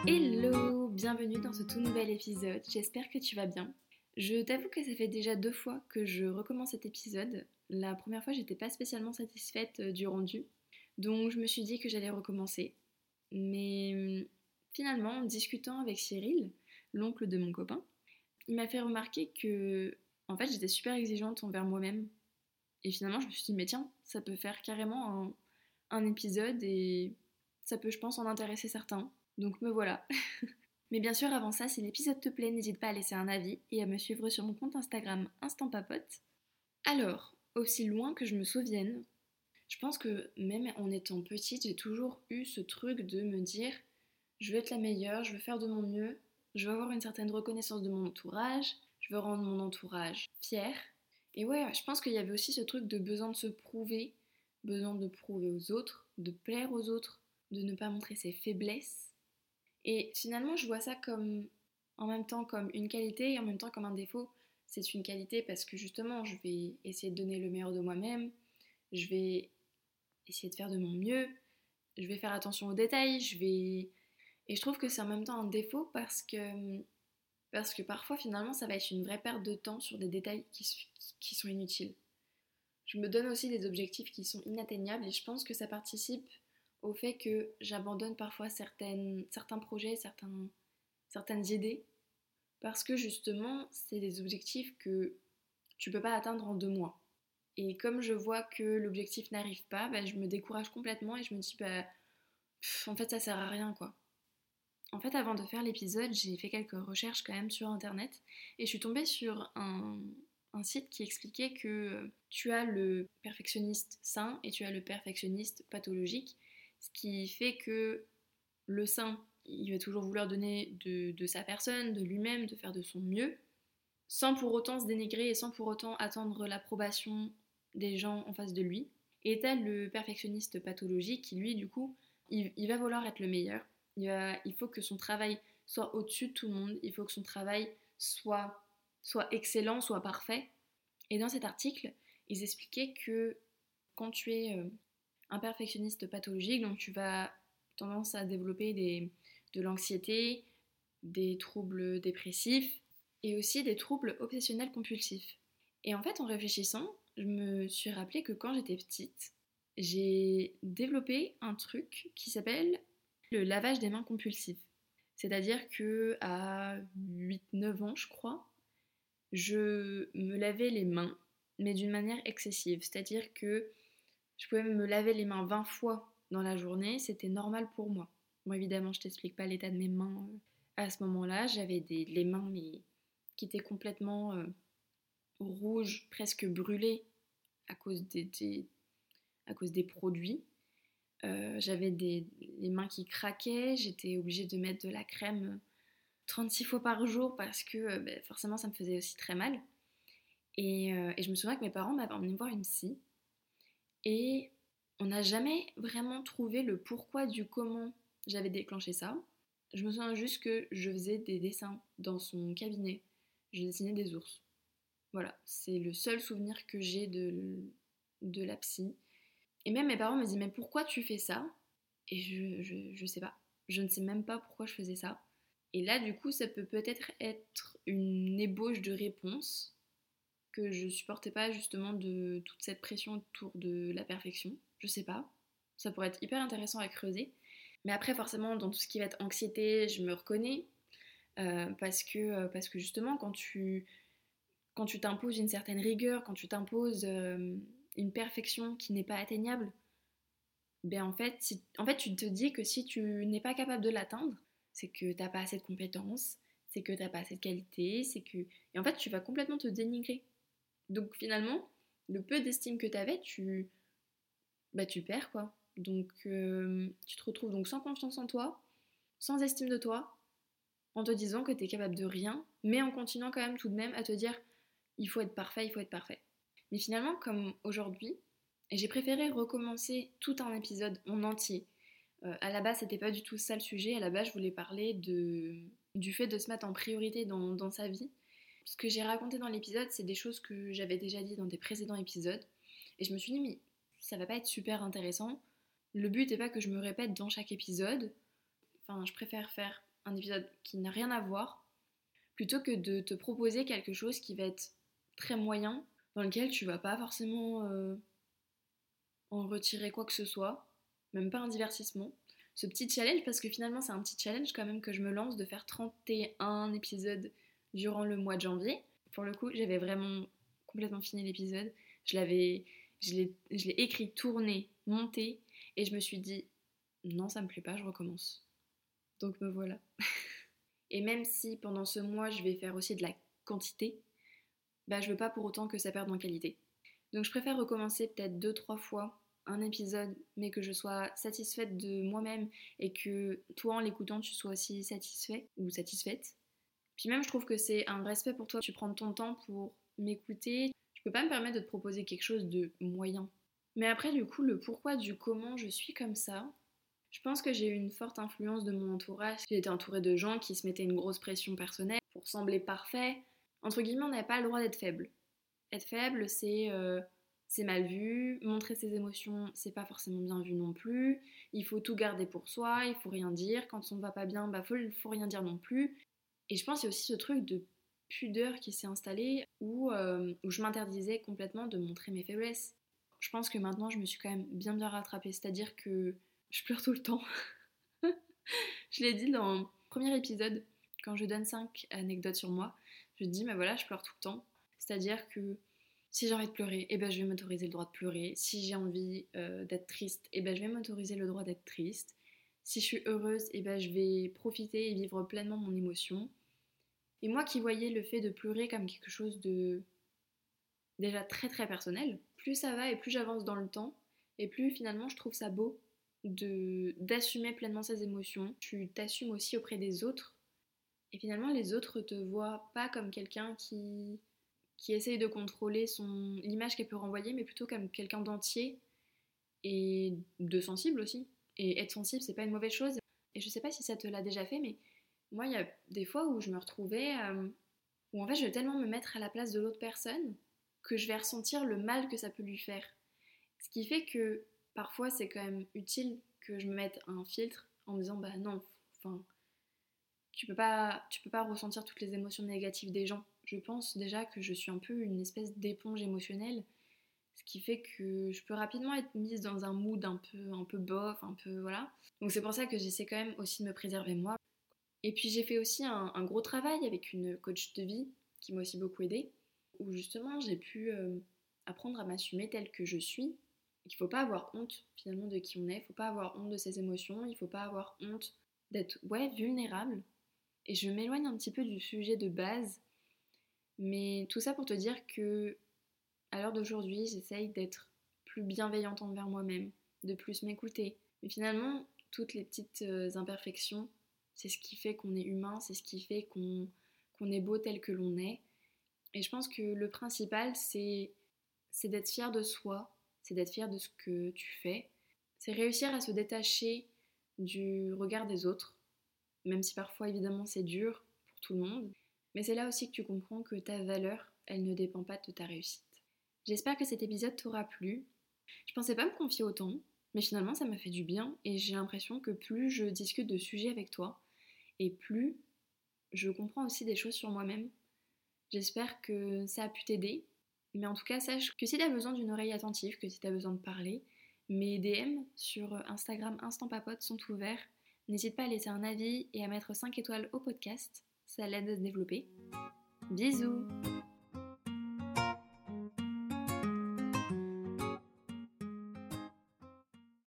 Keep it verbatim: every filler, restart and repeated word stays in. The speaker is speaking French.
Hello, bienvenue dans ce tout nouvel épisode, j'espère que tu vas bien. Je t'avoue que ça fait déjà deux fois que je recommence cet épisode. La première fois, j'étais pas spécialement satisfaite euh, du rendu, donc je me suis dit que j'allais recommencer. Mais hum, finalement, en discutant avec Cyril, l'oncle de mon copain, il m'a fait remarquer que en fait, j'étais super exigeante envers moi-même. Et finalement, je me suis dit, mais tiens, ça peut faire carrément un, un épisode et ça peut, je pense, en intéresser certains. Donc me voilà. Mais bien sûr, avant ça, si l'épisode te plaît, n'hésite pas à laisser un avis et à me suivre sur mon compte Instagram Instant Papote. Alors, aussi loin que je me souvienne, je pense que même en étant petite, j'ai toujours eu ce truc de me dire je veux être la meilleure, je veux faire de mon mieux, je veux avoir une certaine reconnaissance de mon entourage, je veux rendre mon entourage fier. Et ouais, je pense qu'il y avait aussi ce truc de besoin de se prouver, besoin de prouver aux autres, de plaire aux autres, de ne pas montrer ses faiblesses. Et finalement, je vois ça comme en même temps comme une qualité et en même temps comme un défaut. C'est une qualité parce que justement, je vais essayer de donner le meilleur de moi-même, je vais essayer de faire de mon mieux, je vais faire attention aux détails, je vais... Et je trouve que c'est en même temps un défaut parce que, parce que parfois, finalement, ça va être une vraie perte de temps sur des détails qui, qui sont inutiles. Je me donne aussi des objectifs qui sont inatteignables et je pense que ça participe au fait que j'abandonne parfois certaines, certains projets, certains, certaines idées, parce que justement, c'est des objectifs que tu peux pas atteindre en deux mois. Et comme je vois que l'objectif n'arrive pas, bah, je me décourage complètement et je me dis, bah, pff, en fait, ça sert à rien, quoi. En fait, avant de faire l'épisode, j'ai fait quelques recherches quand même sur Internet et je suis tombée sur un, un site qui expliquait que tu as le perfectionniste sain et tu as le perfectionniste pathologique, ce qui fait que le sain, il va toujours vouloir donner de, de sa personne, de lui-même, de faire de son mieux, sans pour autant se dénigrer et sans pour autant attendre l'approbation des gens en face de lui. Et t'as le perfectionniste pathologique qui, lui, du coup, il, il va vouloir être le meilleur. Il, va, il faut que son travail soit au-dessus de tout le monde. Il faut que son travail soit, soit excellent, soit parfait. Et dans cet article, ils expliquaient que quand tu es euh, un perfectionniste pathologique, donc tu vas tendance à développer des, de l'anxiété, des troubles dépressifs et aussi des troubles obsessionnels compulsifs. Et en fait, en réfléchissant, je me suis rappelé que quand j'étais petite, j'ai développé un truc qui s'appelle le lavage des mains compulsif. C'est-à-dire que à huit neuf ans, je crois, je me lavais les mains, mais d'une manière excessive. C'est-à-dire que je pouvais me laver les mains vingt fois dans la journée, c'était normal pour moi. Bon, évidemment, je t'explique pas l'état de mes mains euh, à ce moment-là. J'avais des, les mains mais, qui étaient complètement euh, rouges, presque brûlées à cause des, des, à cause des produits. Euh, j'avais des, les mains qui craquaient, j'étais obligée de mettre de la crème trente-six fois par jour parce que euh, bah, forcément ça me faisait aussi très mal. Et, euh, et je me souviens que mes parents m'avaient emmené voir une psy et on n'a jamais vraiment trouvé le pourquoi du comment j'avais déclenché ça. Je me souviens juste que je faisais des dessins dans son cabinet. Je dessinais des ours. Voilà, c'est le seul souvenir que j'ai de, de la psy. Et même mes parents me disent mais pourquoi tu fais ça? Et je, je, je sais pas. Je ne sais même pas pourquoi je faisais ça. Et là, du coup, ça peut peut-être être une ébauche de réponse que je supportais pas justement de toute cette pression autour de la perfection. Je sais pas. Ça pourrait être hyper intéressant à creuser. Mais après, forcément, dans tout ce qui va être anxiété, je me reconnais. Euh, parce, que, euh, parce que justement, quand tu quand tu t'imposes une certaine rigueur, quand tu t'imposes euh, une perfection qui n'est pas atteignable, ben en fait, si, en fait, tu te dis que si tu n'es pas capable de l'atteindre, c'est que t'as pas assez de compétences, c'est que t'as pas assez de qualité, c'est que... Et en fait, tu vas complètement te dénigrer. Donc finalement, le peu d'estime que t'avais, tu... Bah, tu perds quoi. Donc euh, tu te retrouves donc sans confiance en toi, sans estime de toi, en te disant que t'es capable de rien, mais en continuant quand même tout de même à te dire il faut être parfait, il faut être parfait. Mais finalement, comme aujourd'hui, j'ai préféré recommencer tout un épisode en entier. Euh, à la base, c'était pas du tout ça le sujet. À la base, je voulais parler de, du fait de se mettre en priorité dans, dans sa vie. Ce que j'ai raconté dans l'épisode, c'est des choses que j'avais déjà dit dans des précédents épisodes. Et je me suis dit, mais ça va pas être super intéressant. Le but n'est pas que je me répète dans chaque épisode. Enfin, je préfère faire un épisode qui n'a rien à voir, plutôt que de te proposer quelque chose qui va être très moyen, dans lequel tu vas pas forcément euh, en retirer quoi que ce soit, même pas un divertissement. Ce petit challenge, parce que finalement c'est un petit challenge quand même que je me lance de faire trente et un épisodes durant le mois de janvier. Pour le coup, j'avais vraiment complètement fini l'épisode. Je l'avais, je l'ai, je l'ai écrit, tourné, monté, et je me suis dit non, ça me plaît pas, je recommence. Donc me voilà. Et même si pendant ce mois je vais faire aussi de la quantité, bah je veux pas pour autant que ça perde en qualité. Donc je préfère recommencer peut-être deux trois fois un épisode, mais que je sois satisfaite de moi-même et que toi en l'écoutant tu sois aussi satisfait ou satisfaite. Puis même je trouve que c'est un respect pour toi, tu prends ton temps pour m'écouter. Je peux pas me permettre de te proposer quelque chose de moyen. Mais après du coup le pourquoi du comment je suis comme ça, je pense que j'ai eu une forte influence de mon entourage. J'ai été entourée de gens qui se mettaient une grosse pression personnelle pour sembler parfait. Entre guillemets, on n'avait pas le droit d'être faible. Être faible, c'est euh, c'est mal vu. Montrer ses émotions, c'est pas forcément bien vu non plus. Il faut tout garder pour soi, il faut rien dire. Quand on va pas bien, bah faut, faut rien dire non plus. Et je pense qu'il y a aussi ce truc de pudeur qui s'est installé où, euh, où je m'interdisais complètement de montrer mes faiblesses. Je pense que maintenant, je me suis quand même bien bien rattrapée. C'est-à-dire que je pleure tout le temps. Je l'ai dit dans le premier épisode, quand je donne cinq anecdotes sur moi, je dis, mais voilà, je pleure tout le temps. C'est-à-dire que si j'ai envie de pleurer, eh ben, je vais m'autoriser le droit de pleurer. Si j'ai envie euh, d'être triste, eh ben, je vais m'autoriser le droit d'être triste. Si je suis heureuse, eh ben, je vais profiter et vivre pleinement mon émotion. Et moi qui voyais le fait de pleurer comme quelque chose de déjà très très personnel, plus ça va et plus j'avance dans le temps, et plus finalement je trouve ça beau de d'assumer pleinement ses émotions. Tu t'assumes aussi auprès des autres, et finalement les autres te voient pas comme quelqu'un qui qui essaye de contrôler son l'image qu'elle peut renvoyer, mais plutôt comme quelqu'un d'entier et de sensible aussi. Et être sensible, c'est pas une mauvaise chose. Et je sais pas si ça te l'a déjà fait, mais moi il y a des fois où je me retrouvais euh, où en fait je vais tellement me mettre à la place de l'autre personne que je vais ressentir le mal que ça peut lui faire. Ce qui fait que parfois c'est quand même utile que je me mette un filtre en me disant bah non, enfin tu peux pas tu peux pas ressentir toutes les émotions négatives des gens. Je pense déjà que je suis un peu une espèce d'éponge émotionnelle, ce qui fait que je peux rapidement être mise dans un mood un peu un peu bof, un peu voilà. Donc c'est pour ça que j'essaie quand même aussi de me préserver moi. Et puis j'ai fait aussi un, un gros travail avec une coach de vie qui m'a aussi beaucoup aidée, où justement j'ai pu euh, apprendre à m'assumer telle que je suis. Il ne faut pas avoir honte finalement de qui on est, il ne faut pas avoir honte de ses émotions, il ne faut pas avoir honte d'être ouais, vulnérable. Et je m'éloigne un petit peu du sujet de base, mais tout ça pour te dire que à l'heure d'aujourd'hui, j'essaye d'être plus bienveillante envers moi-même, de plus m'écouter. Mais finalement, toutes les petites euh, imperfections, c'est ce qui fait qu'on est humain, c'est ce qui fait qu'on qu'on est beau tel que l'on est. Et je pense que le principal, c'est c'est d'être fier de soi, c'est d'être fier de ce que tu fais, c'est réussir à se détacher du regard des autres, même si parfois évidemment c'est dur pour tout le monde. Mais c'est là aussi que tu comprends que ta valeur, elle ne dépend pas de ta réussite. J'espère que cet épisode t'aura plu. Je pensais pas me confier autant, mais finalement ça m'a fait du bien et j'ai l'impression que plus je discute de sujets avec toi, et plus je comprends aussi des choses sur moi-même. J'espère que ça a pu t'aider, mais en tout cas sache que si t'as besoin d'une oreille attentive, que si t'as besoin de parler, mes D M sur Instagram Instant Papote sont ouverts. N'hésite pas à laisser un avis et à mettre cinq étoiles au podcast, ça l'aide à se développer. Bisous!